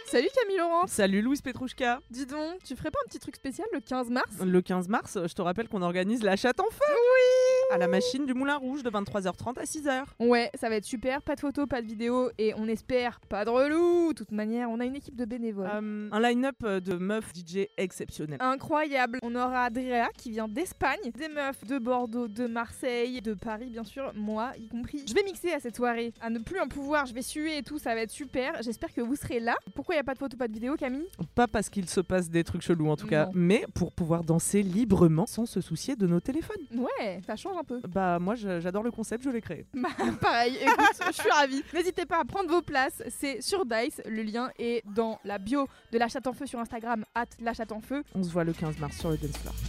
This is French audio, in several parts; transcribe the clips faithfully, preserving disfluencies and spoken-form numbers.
Salut Camille Laurence. Salut Louise Petrouchka. Dis donc, tu ferais pas un petit truc spécial le quinze mars ? Le quinze mars, je te rappelle qu'on organise la chatte en feu. Oui. À la machine du Moulin Rouge de vingt-trois heures trente à six heures. Ouais, ça va être super, pas de photos, pas de vidéos et on espère pas de relou. De toute manière, on a une équipe de bénévoles. Euh, un line-up de meufs D J exceptionnel. Incroyable. On aura Adrea qui vient d'Espagne, des meufs de Bordeaux, de Marseille, de Paris bien sûr, moi y compris. Je vais mixer à cette soirée, à ne plus en pouvoir, je vais suer et tout, ça va être super. J'espère que vous serez là. Pourquoi il y a pas de photos, pas de vidéos, Camille ? Pas parce qu'il se passe des trucs chelous en tout cas, Non. mais pour pouvoir danser librement sans se soucier de nos téléphones. Ouais, ça change un peu. Bah moi je- j'adore le concept, je l'ai créé. Bah, pareil, écoute, je suis ravie. N'hésitez pas à prendre vos places, c'est sur Dice, le lien est dans la bio de La Chatte en Feu sur Instagram, at La Chatte en Feu. On se voit le quinze mars sur le dance floor.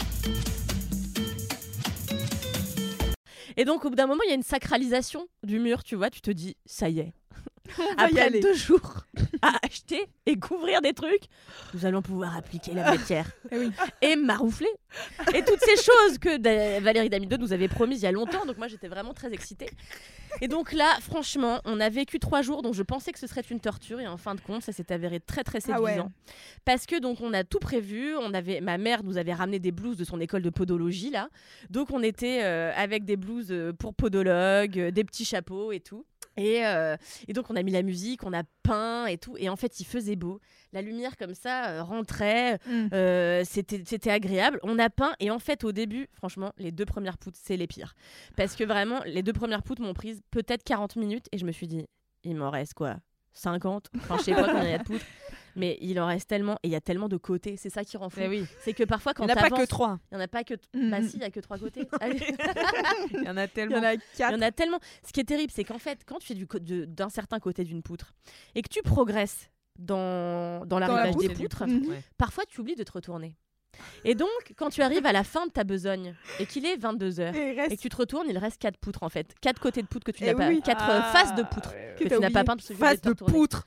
Et donc, au bout d'un moment, il y a une sacralisation du mur, tu vois, tu te dis, ça y est. On va y Après aller. deux jours à acheter et couvrir des trucs, nous allons pouvoir appliquer la matière Eh oui. et maroufler. Et toutes ces choses que Da- Valérie Damido nous avait promises il y a longtemps, donc moi j'étais vraiment très excitée. Et donc là, franchement, on a vécu trois jours dont je pensais que ce serait une torture et en fin de compte, ça s'est avéré très très séduisant. Ah ouais. Parce que donc on a tout prévu, on avait, ma mère nous avait ramené des blouses de son école de podologie là, donc on était euh, avec des blouses euh, pour podologues, euh, des petits chapeaux et tout. Et, euh, et donc on a mis la musique, on a peint et tout, et en fait il faisait beau, la lumière comme ça euh, rentrait, Mm. euh, c'était, c'était agréable, on a peint, et en fait au début, franchement, les deux premières poutres c'est les pires, parce que vraiment les deux premières poutres m'ont prise peut-être quarante minutes, et je me suis dit, il m'en reste quoi, cinquante, enfin je sais pas combien il y a de poutres, mais il en reste tellement, et il y a tellement de côtés, c'est ça qui rend fou, Eh oui. c'est que parfois Il quand n'y en a pas t'avances, que trois. il y en a pas que, t- Mm. bah si, il y a que trois côtés. Allez. Il y en a Il y tellement. en a Il quatre. y en a tellement. Ce qui est terrible, c'est qu'en fait, quand tu fais du co- de- d'un certain côté d'une poutre et que tu progresses dans, dans l'arrivage poutre. des poutres, Mhm. Ouais. parfois tu oublies de te retourner. Et donc, quand tu arrives à la fin de ta besogne et qu'il est vingt-deux heures Et il reste et que tu te retournes, il reste quatre poutres en fait. Quatre côtés de poutre que tu Eh n'as pas. oui. Quatre Ah, euh, faces de poutre ouais, que que tu t'as n'as pas oublié. peintes parce que tu Face voulais te de retourner. poutre.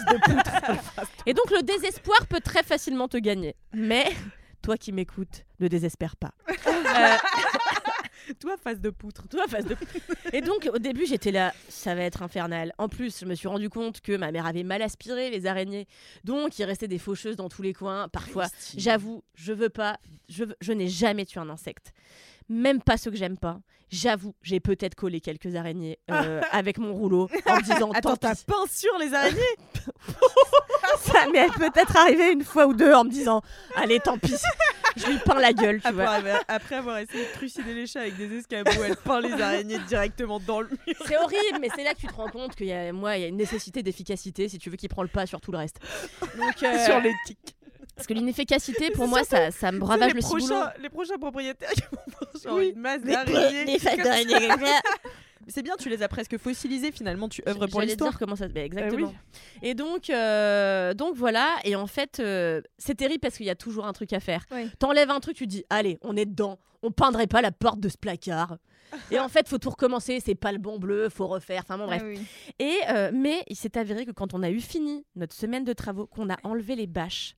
Et donc, le désespoir peut très facilement te gagner. Mais, toi qui m'écoutes, ne désespère pas. Euh, Toi, face de poutre. Toi, face de... Et donc, au début, j'étais là, ça va être infernal. En plus, je me suis rendu compte que ma mère avait mal aspiré les araignées. Donc, il restait des faucheuses dans tous les coins. Parfois, j'avoue, je veux pas, je, veux- je n'ai jamais tué un insecte. Même pas ceux que j'aime pas. J'avoue, j'ai peut-être collé quelques araignées euh, avec mon rouleau en me disant Attends, tant t'as pis. peint sur les araignées. Ça m'est peut-être arrivé une fois ou deux en me disant allez, tant pis. Je lui peins la gueule, tu Après, vois. avoir- après avoir essayé de trucider les chats avec des escabeaux, elle peint les araignées directement dans le mur. C'est horrible, mais c'est là que tu te rends compte qu'il y a, moi, il y a une nécessité d'efficacité si tu veux qu'il prend le pas sur tout le reste. Donc, euh, Sur l'éthique. parce que l'inefficacité, pour C'est moi, ça, ça me Tu sais, ravage les le ciboulot. prochains, les prochains propriétaires qui vont voir genre Oui. une masse Les, d'araignées. les fêtes comme d'araignées comme ça. ça. C'est bien, tu les as presque fossilisés finalement, tu œuvres pour J'allais l'histoire. dire comment ça se... bah, exactement. oui. Et donc, euh, donc voilà, et en fait, euh, c'est terrible parce qu'il y a toujours un truc à faire. Ouais. T'enlèves un truc, tu te dis, allez, on est dedans, on peindrait pas la porte de ce placard. Et en fait, faut tout recommencer, c'est pas le bon bleu, faut refaire, enfin bon bref. Ah oui. Et euh, mais il s'est avéré que quand on a eu fini notre semaine de travaux, qu'on a enlevé les bâches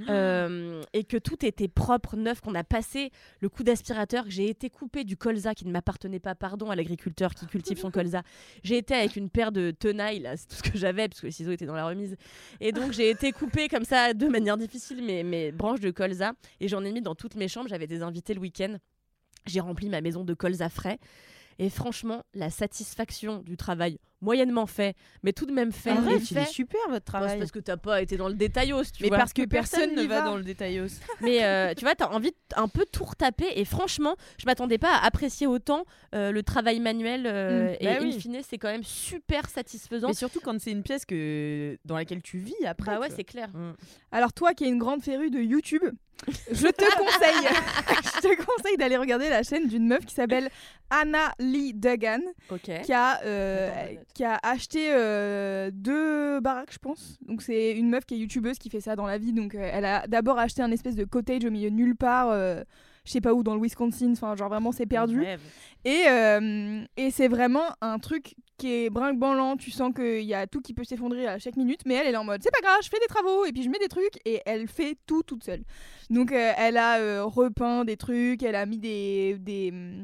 euh, et que tout était propre, neuf, qu'on a passé le coup d'aspirateur, que j'ai été coupée du colza qui ne m'appartenait pas, pardon à l'agriculteur qui cultive son colza. J'ai été avec une paire de tenailles, là, c'est tout ce que j'avais parce que les ciseaux étaient dans la remise. Et donc j'ai été coupée comme ça de manière difficile mes, mes branches de colza et j'en ai mis dans toutes mes chambres. J'avais des invités le week-end. J'ai rempli ma maison de colza frais. Et franchement, la satisfaction du travail moyennement fait, mais tout de même fait. En vrai, mais il est fait. super votre Bon, c'est travail. parce que t'as pas été dans le détaillos, tu Mais vois. parce que Que personne personne ne n'y va va. dans le détaillos. Mais euh, tu vois, t'as envie de un peu tout retaper. Et franchement, je m'attendais pas à apprécier autant euh, le travail manuel. euh, Mm. et Bah in oui. fine, c'est quand même super satisfaisant. Mais surtout quand c'est une pièce que dans laquelle tu vis après. Bah ouais, tu c'est clair. vois. Mm. Alors toi qui es une grande férue de YouTube, je te conseille, je te conseille d'aller regarder la chaîne d'une meuf qui s'appelle Anna Lee Duggan, Ok. qui a, euh, Attends, je note. qui a acheté euh, deux baraques, je pense. Donc c'est une meuf qui est youtubeuse qui fait ça dans la vie. Donc euh, elle a d'abord acheté un espèce de cottage au milieu de nulle part, euh, je sais pas où, dans le Wisconsin. Enfin, genre vraiment c'est perdu. Rêve. Et, euh, et c'est vraiment un truc qui est brinque-ballant, tu sens qu'il y a tout qui peut s'effondrer à chaque minute, mais elle, elle est en mode, c'est pas grave, je fais des travaux, et puis je mets des trucs, et elle fait tout toute seule. Donc euh, elle a euh, repeint des trucs, elle a mis des... des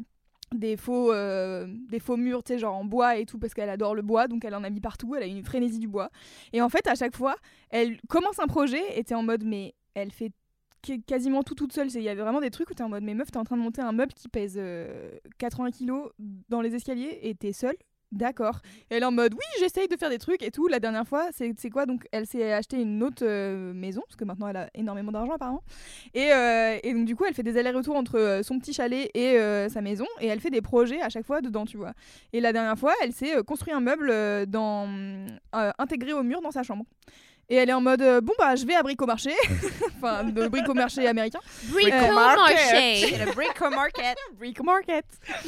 des faux euh, des faux murs, tu sais, genre en bois et tout, parce qu'elle adore le bois, donc elle en a mis partout, elle a une frénésie du bois. Et en fait, à chaque fois, elle commence un projet et t'es en mode, mais elle fait qu- quasiment tout toute seule. Il y avait vraiment des trucs où t'es en mode, mais meuf, t'es en train de monter un meuble qui pèse euh, quatre-vingts kilos dans les escaliers et t'es seule. D'accord. Et elle est en mode oui, j'essaye de faire des trucs et tout. La dernière fois, c'est, c'est quoi donc elle s'est acheté une autre euh, maison parce que maintenant elle a énormément d'argent apparemment. Et, euh, et donc du coup, elle fait des allers-retours entre euh, son petit chalet et euh, sa maison et elle fait des projets à chaque fois dedans, tu vois. Et la dernière fois, elle s'est euh, construit un meuble euh, dans euh, intégré au mur dans sa chambre. Et elle est en mode euh, bon bah je vais à Bricomarché, enfin de Bricomarché américain. Bricomarché. Le Bricomarket. Bricomarket.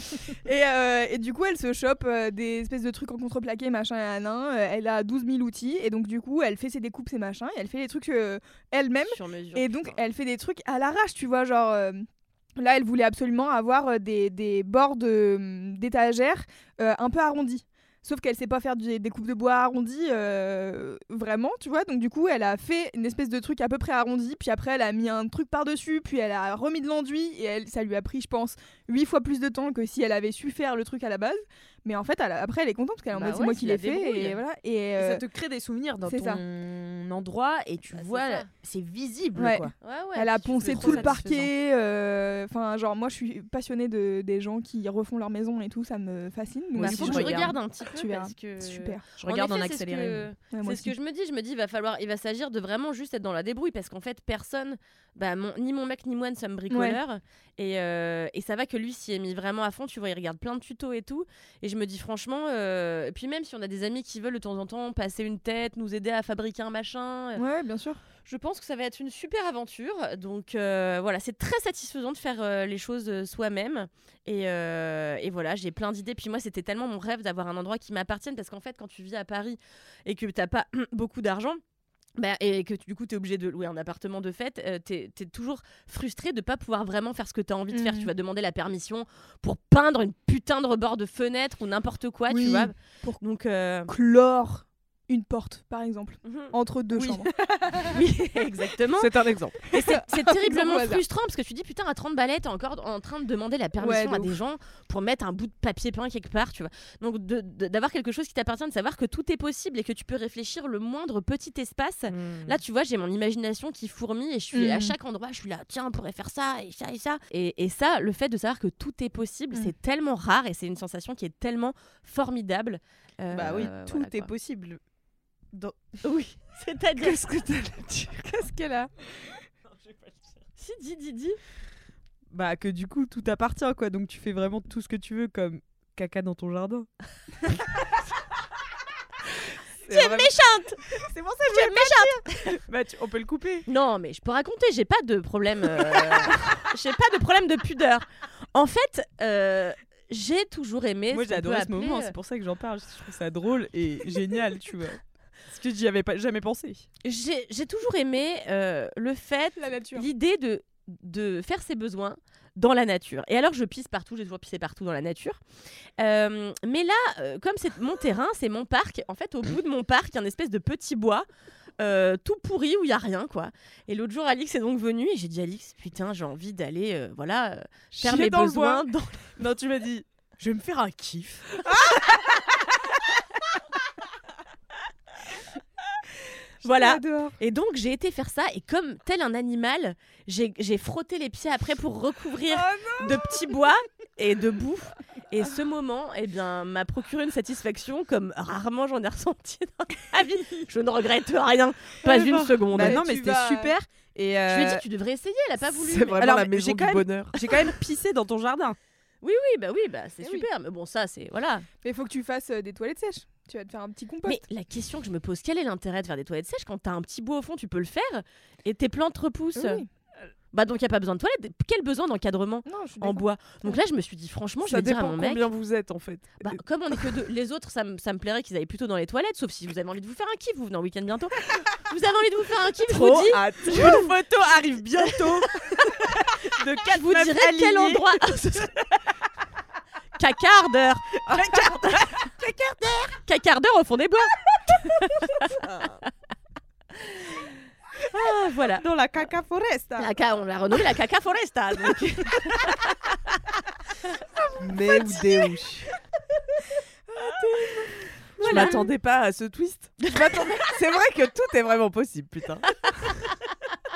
et, euh, et du coup, elle se chope euh, des espèces de trucs en contreplaqué, machin et nain. Euh, elle a douze mille outils et donc du coup, elle fait ses découpes, ses machins, et elle fait les trucs euh, elle-même. Sur mesure. Et donc, putain. elle fait des trucs à l'arrache, tu vois, genre. euh, Là, elle voulait absolument avoir euh, des, des bords de, d'étagères euh, un peu arrondis. Sauf qu'elle sait pas faire du- des coupes de bois arrondies euh, vraiment, tu vois. Donc du coup, elle a fait une espèce de truc à peu près arrondi, puis après elle a mis un truc par-dessus, puis elle a remis de l'enduit, et elle, ça lui a pris, je pense, huit fois plus de temps que si elle avait su faire le truc à la base. Mais en fait, elle a- après, elle est contente parce qu'elle est en Bah mode, c'est ouais, moi tu qui la l'ai fait, débrouilles. et voilà. Et, Et euh, ça te crée des souvenirs dans c'est ton ça. endroit et tu Bah, c'est vois, ça. c'est visible Ouais. quoi. Ouais, ouais, elle a puis tu poncé fais tout trop le satisfaisant. parquet. euh, Enfin, genre, moi, je suis passionnée de, des gens qui refont leur maison et tout, ça me fascine. Donc, Moi Il du aussi, faut coup, que je je regarde. regarde un petit peu Tu verras. parce que super. Je regarde en, effet, c'est ce accéléré. que- Ouais, C'est moi ce que aussi. je me dis. Je me dis, il va falloir, il va s'agir de vraiment juste être dans la débrouille parce qu'en fait, personne, bah, mon- ni mon mec ni moi ne sommes bricoleurs et, euh, et ça va que lui s'y est mis vraiment à fond. Tu vois, il regarde plein de tutos et tout. Et je me dis franchement, euh, et puis même si on a des amis qui veulent de temps en temps passer une tête, nous aider à fabriquer un machin, euh, Ouais, bien sûr. je pense que ça va être une super aventure. Donc euh, voilà, c'est très satisfaisant de faire euh, les choses euh, soi-même. Et, euh, et voilà, j'ai plein d'idées. Puis moi, c'était tellement mon rêve d'avoir un endroit qui m'appartienne parce qu'en fait, quand tu vis à Paris et que t'as pas beaucoup d'argent, bah, et que tu- du coup tu es obligé de louer un appartement de fête, euh, tu es toujours frustré de pas pouvoir vraiment faire ce que tu as envie de faire. Mhm. Tu vas demander la permission pour peindre une putain de rebord de fenêtre ou n'importe quoi, Oui, tu vois. pour- Donc euh, Clore une porte, par exemple, mhm. entre deux Oui. chambres. oui, exactement. C'est un exemple. Et c'est c'est terriblement Exemple au hasard. frustrant parce que tu dis putain à trente balais t'es encore en train de demander la permission Ouais, à de des ouf. gens pour mettre un bout de papier peint quelque part, tu vois. Donc de- de- d'avoir quelque chose qui t'appartient, de savoir que tout est possible et que tu peux réfléchir le moindre petit espace. Là, tu vois, j'ai mon imagination qui fourmille et je suis Mm. à chaque endroit, je suis là, tiens, on pourrait faire ça et ça et ça. Et, et ça, le fait de savoir que tout est possible, Mm. c'est tellement rare et c'est une sensation qui est tellement formidable. Euh, Bah oui, voilà, tout est quoi. possible. Dans- Oui, c'est-à-dire. Qu'est-ce que t'allais dire Qu'est-ce qu'elle a? Si, dis, dis, dis. Bah que du coup tout t'appartient quoi, donc tu fais vraiment tout ce que tu veux comme caca dans ton jardin. Tu es méchante. C'est pour ça Tu es méchante. Bah tu- on peut le couper. Non, mais je peux raconter, j'ai pas de problème. euh, j'ai pas de problème de pudeur. En fait, euh, j'ai toujours aimé. Moi ce j'ai qu'on adoré peut ce moment, appeler, c'est pour ça que j'en parle. Je trouve ça drôle et génial, tu vois. Parce que j'y avais pas jamais pensé. J'ai j'ai toujours aimé euh, le fait, La nature. l'idée de, de faire ses besoins dans la nature. Et alors, je pisse partout, j'ai toujours pissé partout dans la nature. Euh, mais là, euh, comme c'est mon terrain, c'est mon parc, en fait, au bout de mon parc, il y a une espèce de petit bois. euh, tout pourri où il y a rien quoi. Et l'autre jour Alix est donc venue et j'ai dit Alix putain j'ai envie d'aller euh, voilà euh, faire Chier mes dans le besoins bois. dans Non, tu m'as dit je vais me faire un kiff. voilà. J'adore. Et donc j'ai été faire ça et comme tel un animal, j'ai j'ai frotté les pieds après pour recouvrir Oh de petits bois et de boue. Et ce moment, eh bien, m'a procuré une satisfaction comme rarement j'en ai ressenti dans ma vie. Je ne regrette rien, pas Ouais, une bon. seconde. Bah Ouais, non, tu mais c'était vas- super. Et Je lui ai euh, dit tu devrais essayer, elle a pas voulu. c'est mais- vraiment Alors, la mais maison j'ai du quand même- bonheur. J'ai quand même pissé dans ton jardin. Oui, bah oui, bah c'est Eh oui. super. Mais bon, ça c'est voilà. Mais il faut que tu fasses euh, des toilettes sèches. Tu vas te faire un petit compost. Mais la question que je me pose, quel est l'intérêt de faire des toilettes sèches quand t'as un petit bois au fond, tu peux le faire et tes plantes repoussent. Oui. Bah donc il y a pas besoin de toilettes. Quel besoin d'encadrement Non, je suis en d'accord. bois. Donc là je me suis dit franchement, je Ça vais dire à dépend mon mec. combien vous êtes en fait. Bah, comme on est que deux, les autres, ça me ça me plairait qu'ils aillent plutôt dans les toilettes, sauf si vous avez envie de vous faire un kiff, vous venez en week-end bientôt. Vous avez envie de vous faire un kiff, je vous dis, hâte. Une photo arrive bientôt de quatre je vous meufs dirai quel alignées. endroit. Cacardeur. Cacardeur au fond des bois. Ah, voilà. Dans la caca foresta. La ca- on l'a renommé la Caca Foresta. donc. Mais ou Deus. Je m'attendais pas à ce twist. Je m'attendais- C'est vrai que tout est vraiment possible, putain.